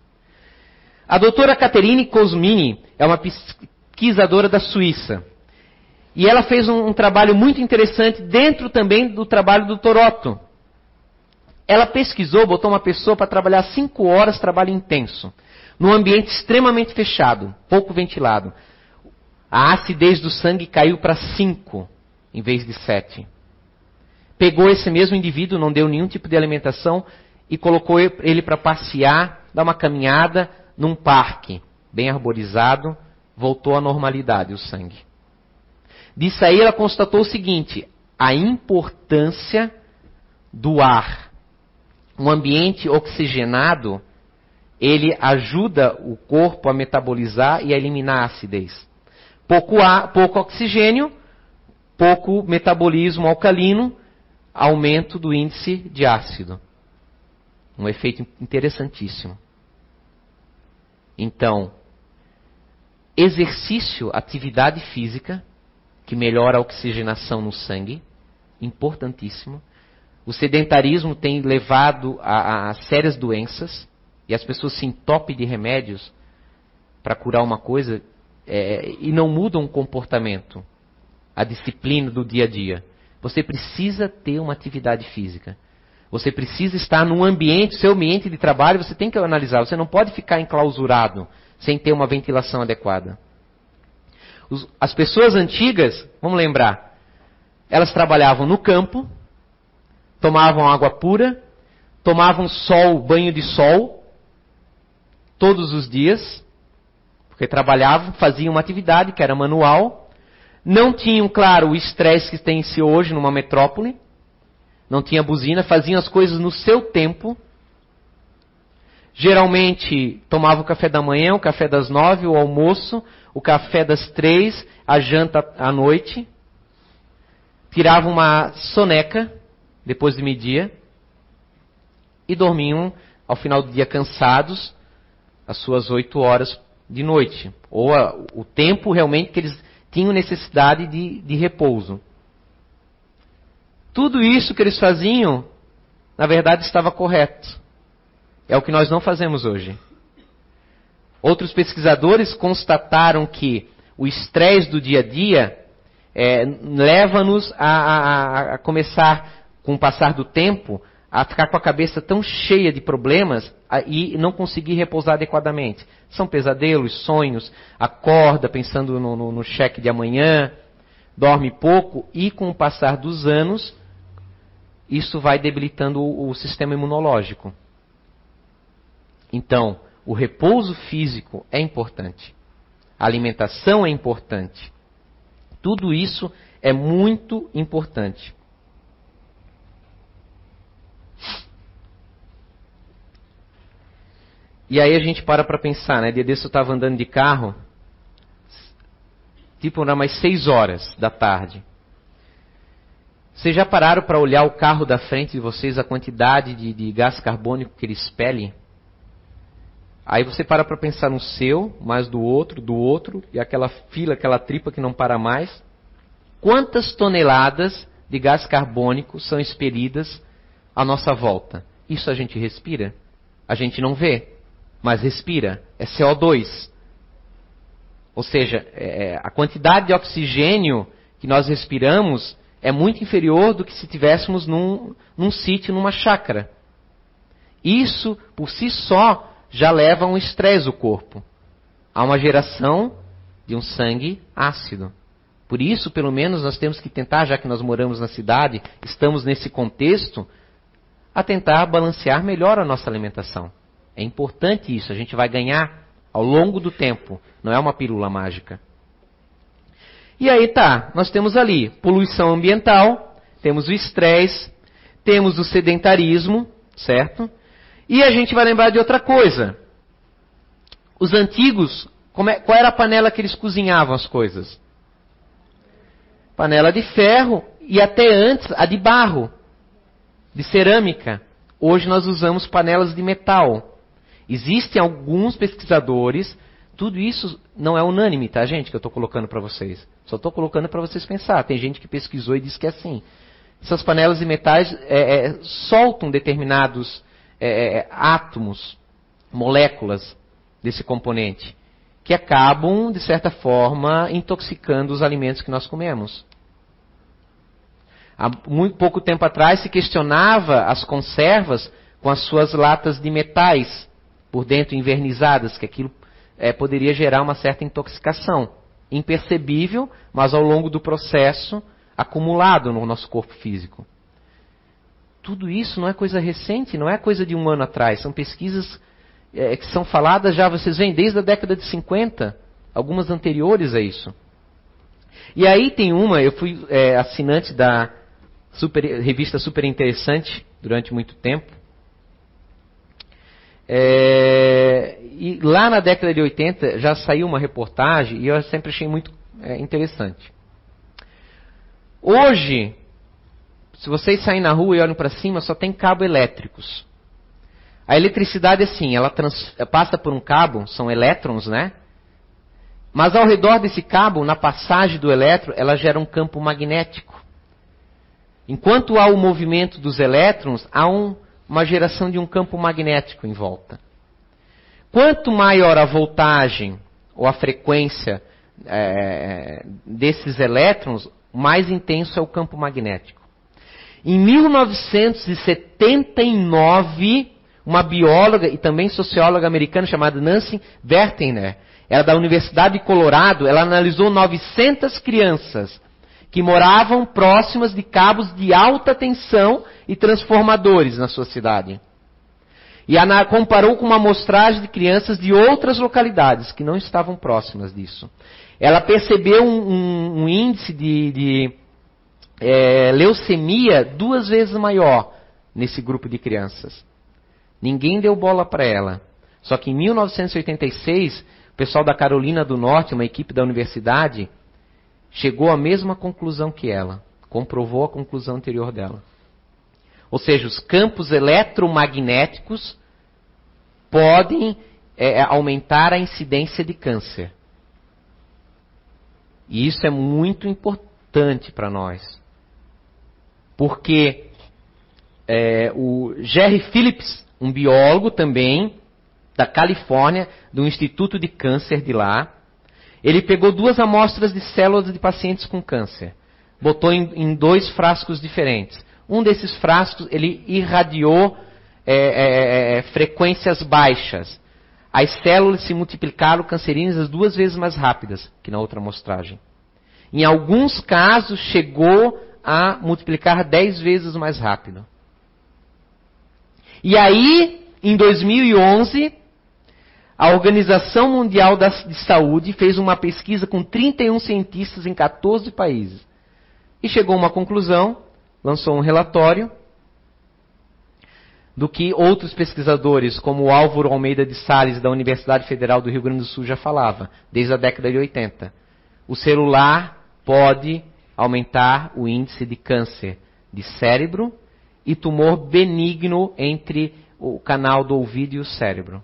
A doutora Catherine Cosmini é uma pesquisadora da Suíça. E ela fez um, um trabalho muito interessante dentro também do trabalho do doutor Otto. Ela pesquisou, botou uma pessoa para trabalhar cinco horas, trabalho intenso. Num ambiente extremamente fechado, pouco ventilado. A acidez do sangue caiu para cinco, em vez de sete. Pegou esse mesmo indivíduo, não deu nenhum tipo de alimentação, e colocou ele para passear, dar uma caminhada num parque, bem arborizado, voltou à normalidade o sangue. Disso aí ela constatou o seguinte, a importância do ar. Um ambiente oxigenado, ele ajuda o corpo a metabolizar e a eliminar a acidez. Pouco ar, pouco oxigênio, pouco metabolismo alcalino, aumento do índice de ácido. Um efeito interessantíssimo. Então, exercício, atividade física, que melhora a oxigenação no sangue, importantíssimo. O sedentarismo tem levado a, a sérias doenças, e as pessoas se entopem de remédios para curar uma coisa, é, e não mudam o comportamento, a disciplina do dia a dia. Você precisa ter uma atividade física. Você precisa estar num ambiente, seu ambiente de trabalho, você tem que analisar. Você não pode ficar enclausurado sem ter uma ventilação adequada. Os, as pessoas antigas, vamos lembrar, elas trabalhavam no campo, tomavam água pura, tomavam sol, banho de sol, todos os dias, porque trabalhavam, faziam uma atividade que era manual, não tinham, claro, o estresse que tem-se hoje numa metrópole, não tinha buzina, faziam as coisas no seu tempo. Geralmente tomavam o café da manhã, o café das nove, o almoço, o café das três, a janta à noite. Tiravam uma soneca depois de meio-dia e dormiam ao final do dia cansados as suas oito horas de noite. Ou a, o tempo realmente que eles tinham necessidade de, de repouso. Tudo isso que eles faziam, na verdade, estava correto. É o que nós não fazemos hoje. Outros pesquisadores constataram que o estresse do dia a dia é, leva-nos a, a, a começar, com o passar do tempo, a ficar com a cabeça tão cheia de problemas a, e não conseguir repousar adequadamente. São pesadelos, sonhos, acorda pensando no, no, no cheque de amanhã, dorme pouco e com o passar dos anos, isso vai debilitando o, o sistema imunológico. Então, o repouso físico é importante. A alimentação é importante. Tudo isso é muito importante. E aí a gente para para pensar, né? Dia desse eu estava andando de carro, tipo, era mais seis horas da tarde. Vocês já pararam para olhar o carro da frente de vocês, a quantidade de, de gás carbônico que ele expele? Aí você para para pensar no seu, mais do outro, do outro, e aquela fila, aquela tripa que não para mais. Quantas toneladas de gás carbônico são expelidas à nossa volta? Isso a gente respira? A gente não vê, mas respira. É C O dois. Ou seja, é, a quantidade de oxigênio que nós respiramos é muito inferior do que se tivéssemos num, num sítio, numa chácara. Isso, por si só, já leva a um estresse do corpo. Há uma geração de um sangue ácido. Por isso, pelo menos, nós temos que tentar, já que nós moramos na cidade, estamos nesse contexto, a tentar balancear melhor a nossa alimentação. É importante isso, a gente vai ganhar ao longo do tempo, não é uma pílula mágica. E aí tá, nós temos ali poluição ambiental, temos o estresse, temos o sedentarismo, certo? E a gente vai lembrar de outra coisa. Os antigos, como é, qual era a panela que eles cozinhavam as coisas? Panela de ferro e até antes a de barro, de cerâmica. Hoje nós usamos panelas de metal. Existem alguns pesquisadores, tudo isso não é unânime, tá, gente, que eu estou colocando para vocês. Só estou colocando para vocês pensar. Tem gente que pesquisou e diz que é assim. Essas panelas de metais é, é, soltam determinados é, átomos, moléculas desse componente, que acabam, de certa forma, intoxicando os alimentos que nós comemos. Há muito pouco tempo atrás se questionava as conservas com as suas latas de metais por dentro envernizadas, que aquilo é, poderia gerar uma certa intoxicação. Impercebível, mas ao longo do processo acumulado no nosso corpo físico. Tudo isso não é coisa recente, não é coisa de um ano atrás. São pesquisas é, que são faladas já, vocês veem, desde a década de cinquenta, algumas anteriores a isso. E aí tem uma, eu fui é, assinante da super, revista Super Interessante durante muito tempo. É, e lá na década de oitenta já saiu uma reportagem e eu sempre achei muito é, interessante. Hoje, se vocês saírem na rua e olham para cima, só tem cabos elétricos. A eletricidade é assim, ela trans, passa por um cabo, são elétrons, né? Mas ao redor desse cabo, na passagem do elétron, ela gera um campo magnético. Enquanto há o movimento dos elétrons, há um, uma geração de um campo magnético em volta. Quanto maior a voltagem ou a frequência é, desses elétrons, mais intenso é o campo magnético. Em mil novecentos e setenta e nove, uma bióloga e também socióloga americana chamada Nancy Wertheiner, ela da Universidade de Colorado, ela analisou novecentas crianças que moravam próximas de cabos de alta tensão e transformadores na sua cidade. E a comparou com uma amostragem de crianças de outras localidades que não estavam próximas disso. Ela percebeu um, um, um índice de, de é, leucemia duas vezes maior nesse grupo de crianças. Ninguém deu bola para ela. Só que em mil novecentos e oitenta e seis, o pessoal da Carolina do Norte, uma equipe da universidade, chegou à mesma conclusão que ela. Comprovou a conclusão anterior dela. Ou seja, os campos eletromagnéticos podem é, aumentar a incidência de câncer. E isso é muito importante para nós. Porque é, o Jerry Phillips, um biólogo também, da Califórnia, do Instituto de Câncer de lá, ele pegou duas amostras de células de pacientes com câncer, botou em, em dois frascos diferentes. Um desses frascos, ele irradiou é, é, é, frequências baixas. As células se multiplicaram cancerinas duas vezes mais rápidas que na outra amostragem. Em alguns casos, chegou a multiplicar dez vezes mais rápido. E aí, em dois mil e onze, a Organização Mundial de Saúde fez uma pesquisa com trinta e um cientistas em quatorze países. E chegou a uma conclusão, lançou um relatório, do que outros pesquisadores, como o Álvaro Almeida de Sales, da Universidade Federal do Rio Grande do Sul, já falava, desde a década de oitenta. O celular pode aumentar o índice de câncer de cérebro e tumor benigno entre o canal do ouvido e o cérebro.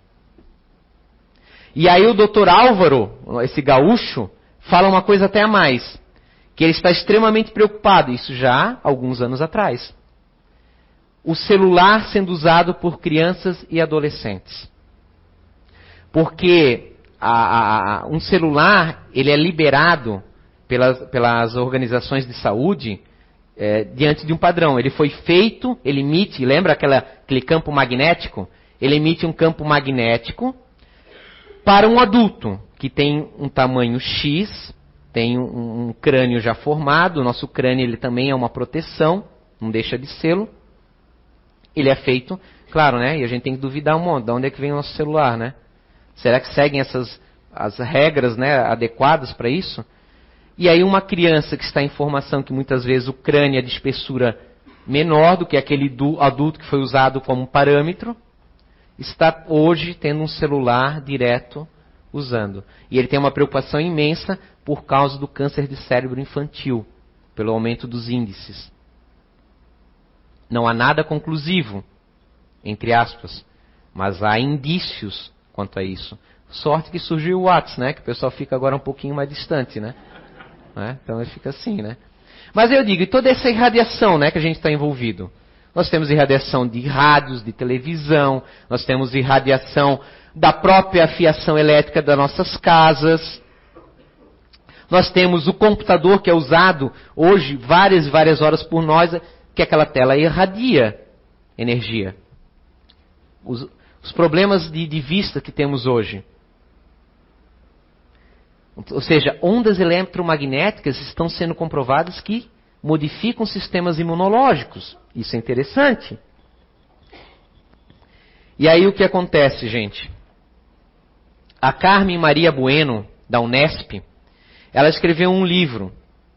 E aí o doutor Álvaro, esse gaúcho, fala uma coisa até a mais, que ele está extremamente preocupado, isso já há alguns anos atrás. O celular sendo usado por crianças e adolescentes. Porque a, a, um celular, ele é liberado pelas, pelas organizações de saúde é, diante de um padrão. Ele foi feito, ele emite, lembra aquela, aquele campo magnético? Ele emite um campo magnético para um adulto, que tem um tamanho X, tem um, um crânio já formado, o nosso crânio ele também é uma proteção, não deixa de sê-lo. Ele é feito, claro, né? E a gente tem que duvidar um monte, de onde é que vem o nosso celular, né? Será que seguem essas as regras, né, adequadas para isso? E aí uma criança que está em formação, que muitas vezes o crânio é de espessura menor do que aquele do, adulto que foi usado como parâmetro, está hoje tendo um celular direto usando. E ele tem uma preocupação imensa por causa do câncer de cérebro infantil, pelo aumento dos índices. Não há nada conclusivo, entre aspas, mas há indícios quanto a isso. Sorte que surgiu o WhatsApp, né? Que o pessoal fica agora um pouquinho mais distante, né? né? Então ele fica assim, né? Mas eu digo, e toda essa irradiação, né, que a gente está envolvido? Nós temos irradiação de rádios, de televisão, nós temos irradiação da própria fiação elétrica das nossas casas. Nós temos o computador que é usado hoje várias e várias horas por nós, que aquela tela irradia energia. Os, os problemas de, de vista que temos hoje. Ou seja, ondas eletromagnéticas estão sendo comprovadas que modificam sistemas imunológicos. Isso é interessante. E aí o que acontece, gente? A Carmen Maria Bueno, da Unesp, ela escreveu um livro,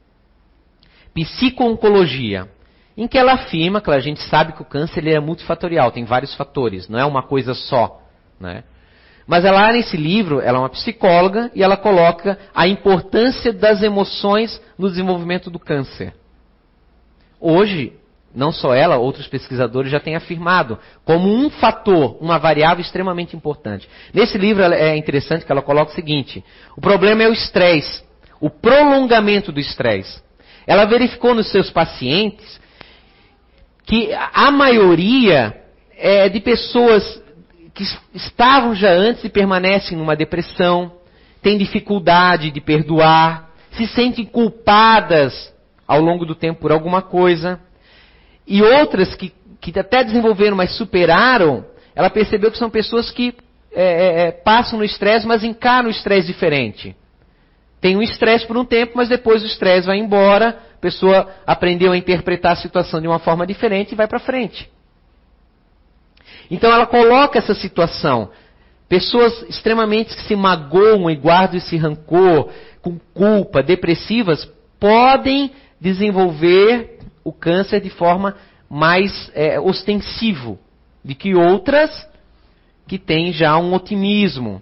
Psico-oncologia, em que ela afirma, que a gente sabe que o câncer ele é multifatorial, tem vários fatores, não é uma coisa só, né? Mas ela, nesse livro, ela é uma psicóloga e ela coloca a importância das emoções no desenvolvimento do câncer. Hoje, não só ela, outros pesquisadores já têm afirmado como um fator, uma variável extremamente importante. Nesse livro é interessante que ela coloca o seguinte: o problema é o estresse, o prolongamento do estresse. Ela verificou nos seus pacientes que a maioria é de pessoas que estavam já antes e permanecem numa depressão, têm dificuldade de perdoar, se sentem culpadas ao longo do tempo por alguma coisa. E outras que, que até desenvolveram, mas superaram, ela percebeu que são pessoas que é, é, passam no estresse, mas encaram o estresse diferente. Tem um estresse por um tempo, mas depois o estresse vai embora, a pessoa aprendeu a interpretar a situação de uma forma diferente e vai para frente. Então ela coloca essa situação. Pessoas extremamente que se magoam e guardam esse rancor, com culpa, depressivas, podem desenvolver o câncer de forma mais é, ostensivo do que outras que têm já um otimismo.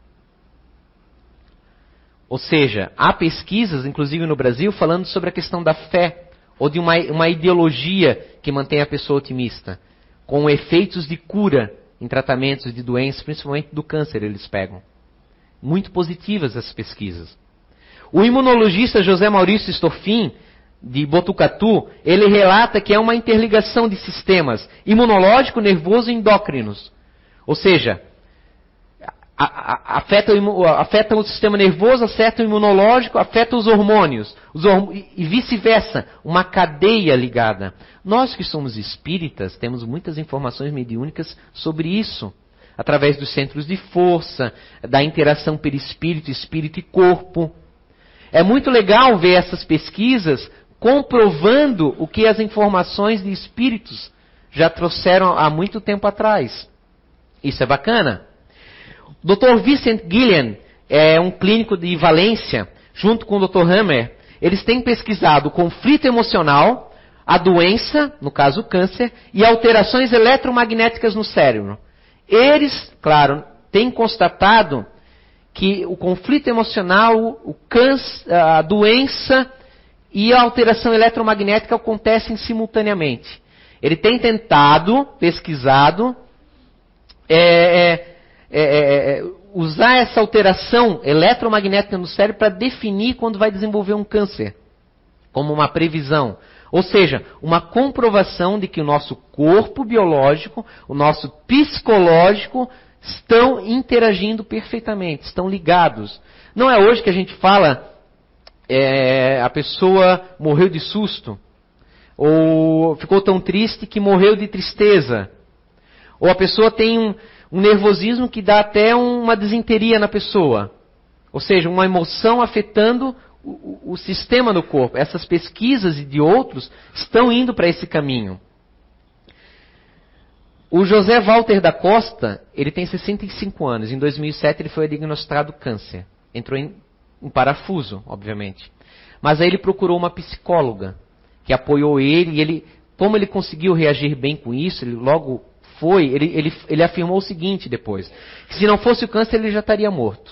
Ou seja, há pesquisas, inclusive no Brasil, falando sobre a questão da fé, ou de uma, uma ideologia que mantém a pessoa otimista, com efeitos de cura em tratamentos de doenças, principalmente do câncer, eles pegam. Muito positivas essas pesquisas. O imunologista José Maurício Storfin, de Botucatu, ele relata que é uma interligação de sistemas imunológico, nervoso e endócrinos. Ou seja, a, a, afeta, o, afeta o sistema nervoso, afeta o imunológico, afeta os hormônios, os horm... e vice-versa, uma cadeia ligada. Nós que somos espíritas, temos muitas informações mediúnicas sobre isso, através dos centros de força, da interação perispírito, espírito e corpo. É muito legal ver essas pesquisas comprovando o que as informações de espíritos já trouxeram há muito tempo atrás. Isso é bacana. O doutor Vincent Gillian é um clínico de Valência, junto com o doutor Hammer. Eles têm pesquisado o conflito emocional, a doença, no caso o câncer, e alterações eletromagnéticas no cérebro. Eles, claro, têm constatado que o conflito emocional, o câncer, a doença e a alteração eletromagnética acontecem simultaneamente. Ele tem tentado, pesquisado, é, é, é, usar essa alteração eletromagnética no cérebro para definir quando vai desenvolver um câncer, como uma previsão. Ou seja, uma comprovação de que o nosso corpo biológico, o nosso psicológico estão interagindo perfeitamente, estão ligados. Não é hoje que a gente fala, é, a pessoa morreu de susto, ou ficou tão triste que morreu de tristeza, ou a pessoa tem um, um nervosismo que dá até uma desinteria na pessoa. Ou seja, uma emoção afetando o, o, o sistema do corpo. Essas pesquisas e de outros estão indo para esse caminho. O José Walter da Costa, ele tem sessenta e cinco anos. Em dois mil e sete ele foi diagnosticado câncer. Entrou em um parafuso, obviamente. Mas aí ele procurou uma psicóloga que apoiou ele. E ele, como ele conseguiu reagir bem com isso, ele logo foi, ele, ele, ele afirmou o seguinte depois, que se não fosse o câncer ele já estaria morto.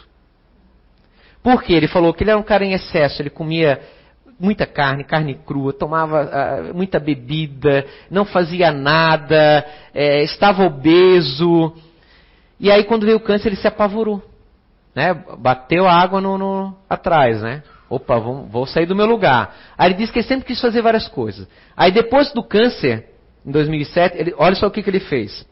Por quê? Ele falou que ele era um cara em excesso, ele comia muita carne, carne crua, tomava uh, muita bebida, não fazia nada, é, estava obeso. E aí quando veio o câncer ele se apavorou. Né? Bateu a água no, no, atrás, né? Opa, vou, vou sair do meu lugar. Aí ele disse que ele sempre quis fazer várias coisas. Aí depois do câncer, em dois mil e sete, ele, olha só o que, que ele fez.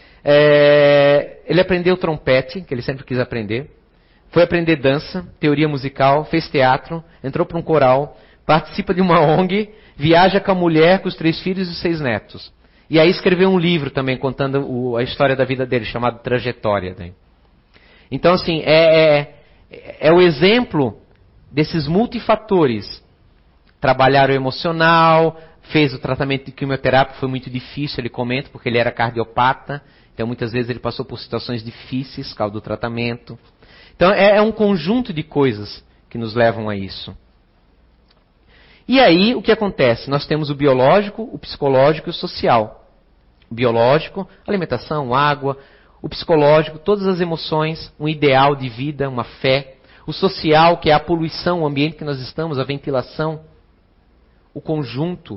É, ele aprendeu trompete, que ele sempre quis aprender. Foi aprender dança, teoria musical, fez teatro, entrou para um coral, participa de uma O N G, viaja com a mulher, com os três filhos e os seis netos. E aí escreveu um livro também contando o, a história da vida dele, chamado Trajetória. Né? Então, assim, é, é, é o exemplo desses multifatores. Trabalhar o emocional, fez o tratamento de quimioterapia, foi muito difícil, ele comenta, porque ele era cardiopata. Então, muitas vezes ele passou por situações difíceis por causa do tratamento. Então, é, é um conjunto de coisas que nos levam a isso. E aí, o que acontece? Nós temos o biológico, o psicológico e o social. O biológico, alimentação, água. O psicológico, todas as emoções, um ideal de vida, uma fé. O social, que é a poluição, o ambiente que nós estamos, a ventilação. O conjunto,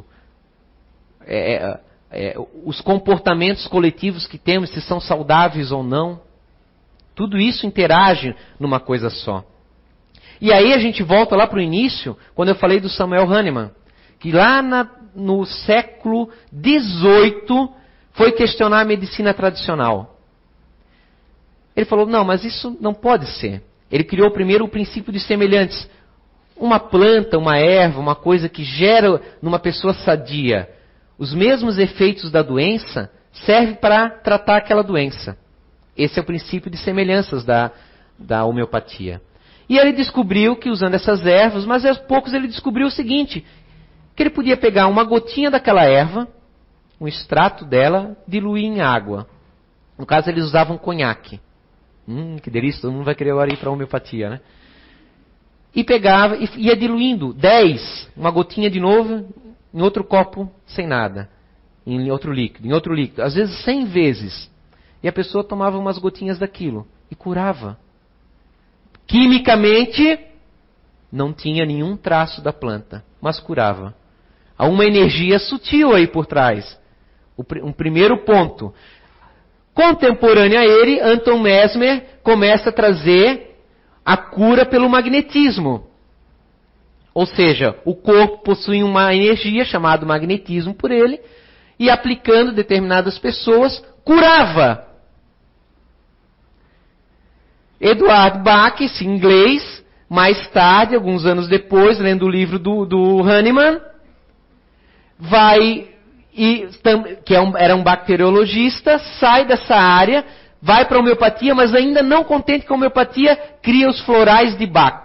é, é, os comportamentos coletivos que temos, se são saudáveis ou não. Tudo isso interage numa coisa só. E aí a gente volta lá para o início, quando eu falei do Samuel Hahnemann, que lá na, no século dezoito foi questionar a medicina tradicional. Ele falou, não, mas isso não pode ser. Ele criou primeiro o princípio de semelhantes. Uma planta, uma erva, uma coisa que gera numa pessoa sadia os mesmos efeitos da doença, serve para tratar aquela doença. Esse é o princípio de semelhanças da, da homeopatia. E ele descobriu que usando essas ervas, mas aos poucos ele descobriu o seguinte, que ele podia pegar uma gotinha daquela erva, um extrato dela, diluir em água. No caso, eles usavam conhaque. Hum, que delícia, todo mundo vai querer agora ir para a homeopatia, né? E pegava e ia diluindo dez, uma gotinha de novo, em outro copo sem nada. Em outro líquido, em outro líquido. Às vezes cem vezes. E a pessoa tomava umas gotinhas daquilo e curava. Quimicamente, não tinha nenhum traço da planta, mas curava. Há uma energia sutil aí por trás. Um primeiro ponto. Contemporâneo a ele, Anton Mesmer começa a trazer a cura pelo magnetismo. Ou seja, o corpo possui uma energia chamada magnetismo por ele, e aplicando determinadas pessoas, curava. Eduard Bach, esse inglês, mais tarde, alguns anos depois, lendo o livro do, do Hahnemann, vai, e, que é um, era um bacteriologista, sai dessa área, vai para a homeopatia, mas ainda não contente com a homeopatia, cria os florais de Bach,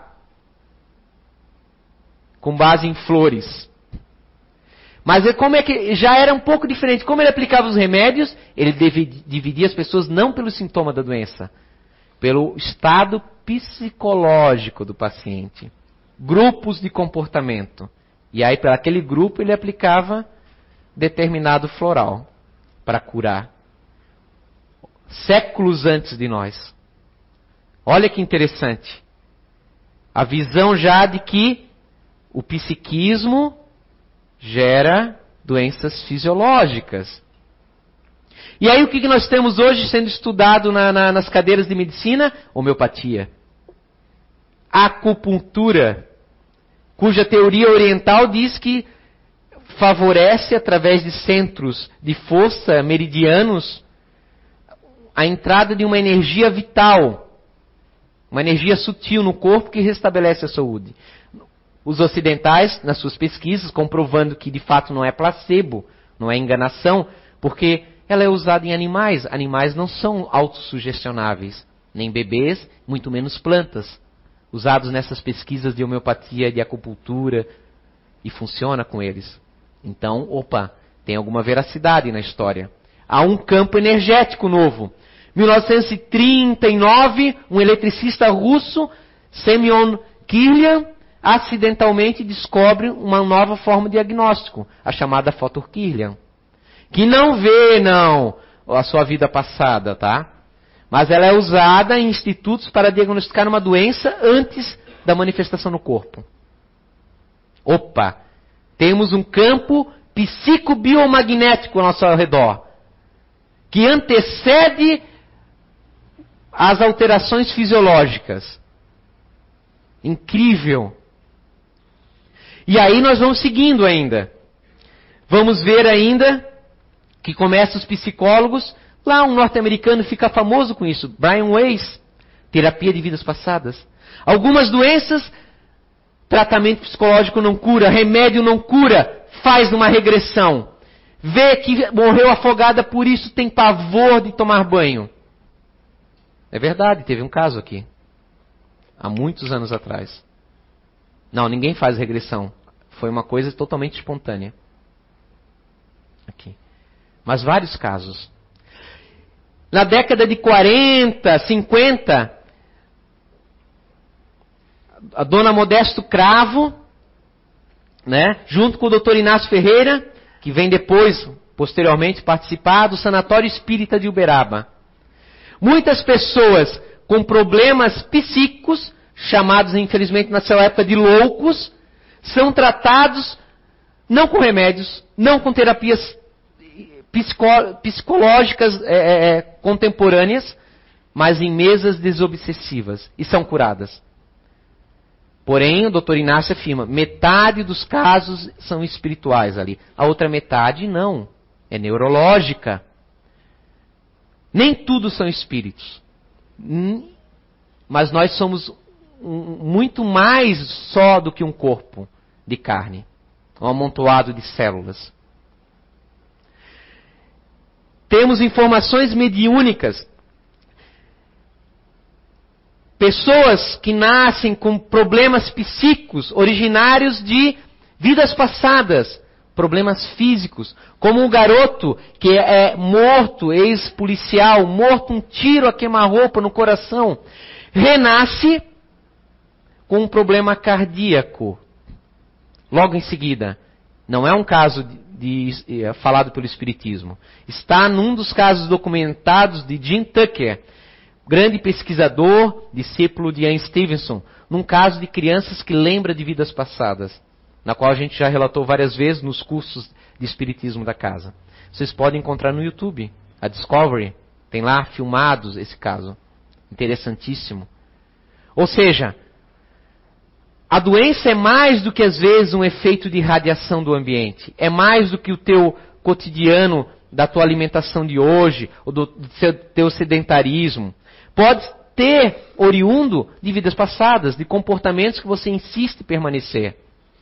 com base em flores. Mas como é que já era um pouco diferente. Como ele aplicava os remédios, ele dividia as pessoas não pelo sintoma da doença, pelo estado psicológico do paciente. Grupos de comportamento. E aí, para aquele grupo, ele aplicava determinado floral para curar. Séculos antes de nós. Olha que interessante. A visão já de que o psiquismo gera doenças fisiológicas. E aí o que nós temos hoje sendo estudado na, na, nas cadeiras de medicina? Homeopatia. Acupuntura, cuja teoria oriental diz que favorece, através de centros de força, meridianos, a entrada de uma energia vital, uma energia sutil no corpo que restabelece a saúde. Os ocidentais, nas suas pesquisas, comprovando que de fato não é placebo, não é enganação, porque ela é usada em animais. Animais não são autossugestionáveis, nem bebês, muito menos plantas, usados nessas pesquisas de homeopatia e de acupuntura, e funciona com eles. Então, opa, tem alguma veracidade na história. Há um campo energético novo. mil novecentos e trinta e nove, um eletricista russo, Semyon Kirlian, acidentalmente descobre uma nova forma de diagnóstico, a chamada fotorquília, que não vê, não, a sua vida passada, tá? Mas ela é usada em institutos para diagnosticar uma doença antes da manifestação no corpo. Opa! Temos um campo psicobiomagnético ao nosso redor, que antecede as alterações fisiológicas. Incrível! E aí nós vamos seguindo ainda. Vamos ver ainda que começam os psicólogos. Lá um norte-americano fica famoso com isso. Brian Weiss. Terapia de vidas passadas. Algumas doenças, tratamento psicológico não cura. Remédio não cura. Faz uma regressão. Vê que morreu afogada por isso, tem pavor de tomar banho. É verdade, teve um caso aqui. Há muitos anos atrás. Não, ninguém faz regressão. Foi uma coisa totalmente espontânea. Aqui. Mas vários casos. Na década de quarenta, cinquenta, a dona Modesto Cravo, né, junto com o doutor Inácio Ferreira, que vem depois, posteriormente, participar do Sanatório Espírita de Uberaba. Muitas pessoas com problemas psíquicos, chamados, infelizmente, na sua época de loucos, são tratados não com remédios, não com terapias psico, psicológicas é, é, contemporâneas, mas em mesas desobsessivas, e são curadas. Porém, o doutor Inácio afirma, metade dos casos são espirituais ali, a outra metade não, é neurológica. Nem tudo são espíritos, mas nós somos muito mais só do que um corpo de carne, um amontoado de células. Temos informações mediúnicas. Pessoas que nascem com problemas psíquicos originários de vidas passadas, problemas físicos, como um garoto que é morto, ex-policial, morto um tiro a queima-roupa no coração, renasce com um problema cardíaco. Logo em seguida, não é um caso de, de, é, falado pelo Espiritismo. Está num dos casos documentados de Jim Tucker, grande pesquisador, discípulo de Ian Stevenson, num caso de crianças que lembram de vidas passadas, na qual a gente já relatou várias vezes nos cursos de Espiritismo da casa. Vocês podem encontrar no YouTube, a Discovery, tem lá filmados esse caso. Interessantíssimo. Ou seja, A doença é mais do que às vezes um efeito de radiação do ambiente. É mais do que o teu cotidiano, da tua alimentação de hoje, ou do seu, teu sedentarismo. Pode ter oriundo de vidas passadas, de comportamentos que você insiste em permanecer.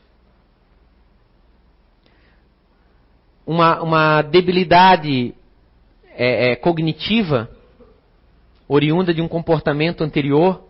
Uma, uma debilidade é, é, cognitiva, oriunda de um comportamento anterior.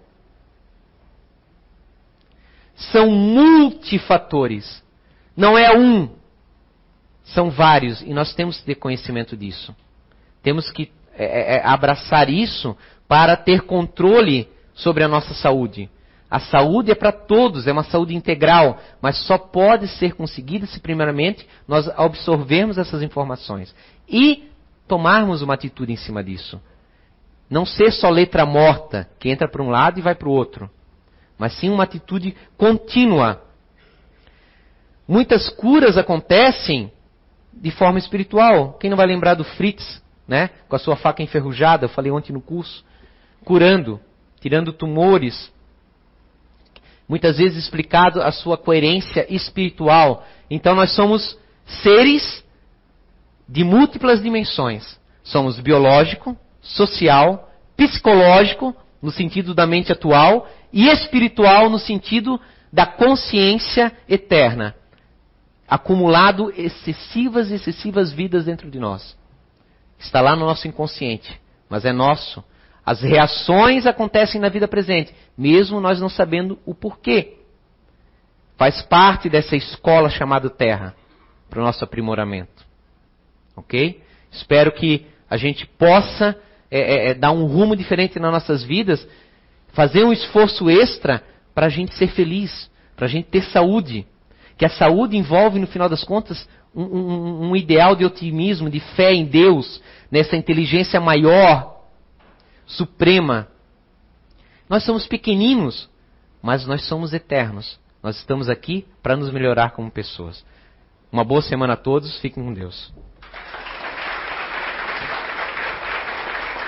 São multifatores. Não é um. São vários. E nós temos que ter conhecimento disso. Temos que é, é, abraçar isso para ter controle sobre a nossa saúde. A saúde é para todos, é uma saúde integral, mas só pode ser conseguida se primeiramente nós absorvermos essas informações e tomarmos uma atitude em cima disso. Não ser só letra morta, que entra para um lado e vai para o outro, mas sim uma atitude contínua. Muitas curas acontecem de forma espiritual. Quem não vai lembrar do Fritz, né? Com a sua faca enferrujada, eu falei ontem no curso, curando, tirando tumores. Muitas vezes explicado a sua coerência espiritual. Então nós somos seres de múltiplas dimensões. Somos biológico, social, psicológico, no sentido da mente atual, e espiritual no sentido da consciência eterna. Acumulado excessivas e excessivas vidas dentro de nós. Está lá no nosso inconsciente, mas é nosso. As reações acontecem na vida presente, mesmo nós não sabendo o porquê. Faz parte dessa escola chamada Terra, para o nosso aprimoramento. Ok? Espero que a gente possa é, é, dar um rumo diferente nas nossas vidas, fazer um esforço extra para a gente ser feliz, para a gente ter saúde. Que a saúde envolve, no final das contas, um, um, um ideal de otimismo, de fé em Deus, nessa inteligência maior, suprema. Nós somos pequeninos, mas nós somos eternos. Nós estamos aqui para nos melhorar como pessoas. Uma boa semana a todos, fiquem com Deus.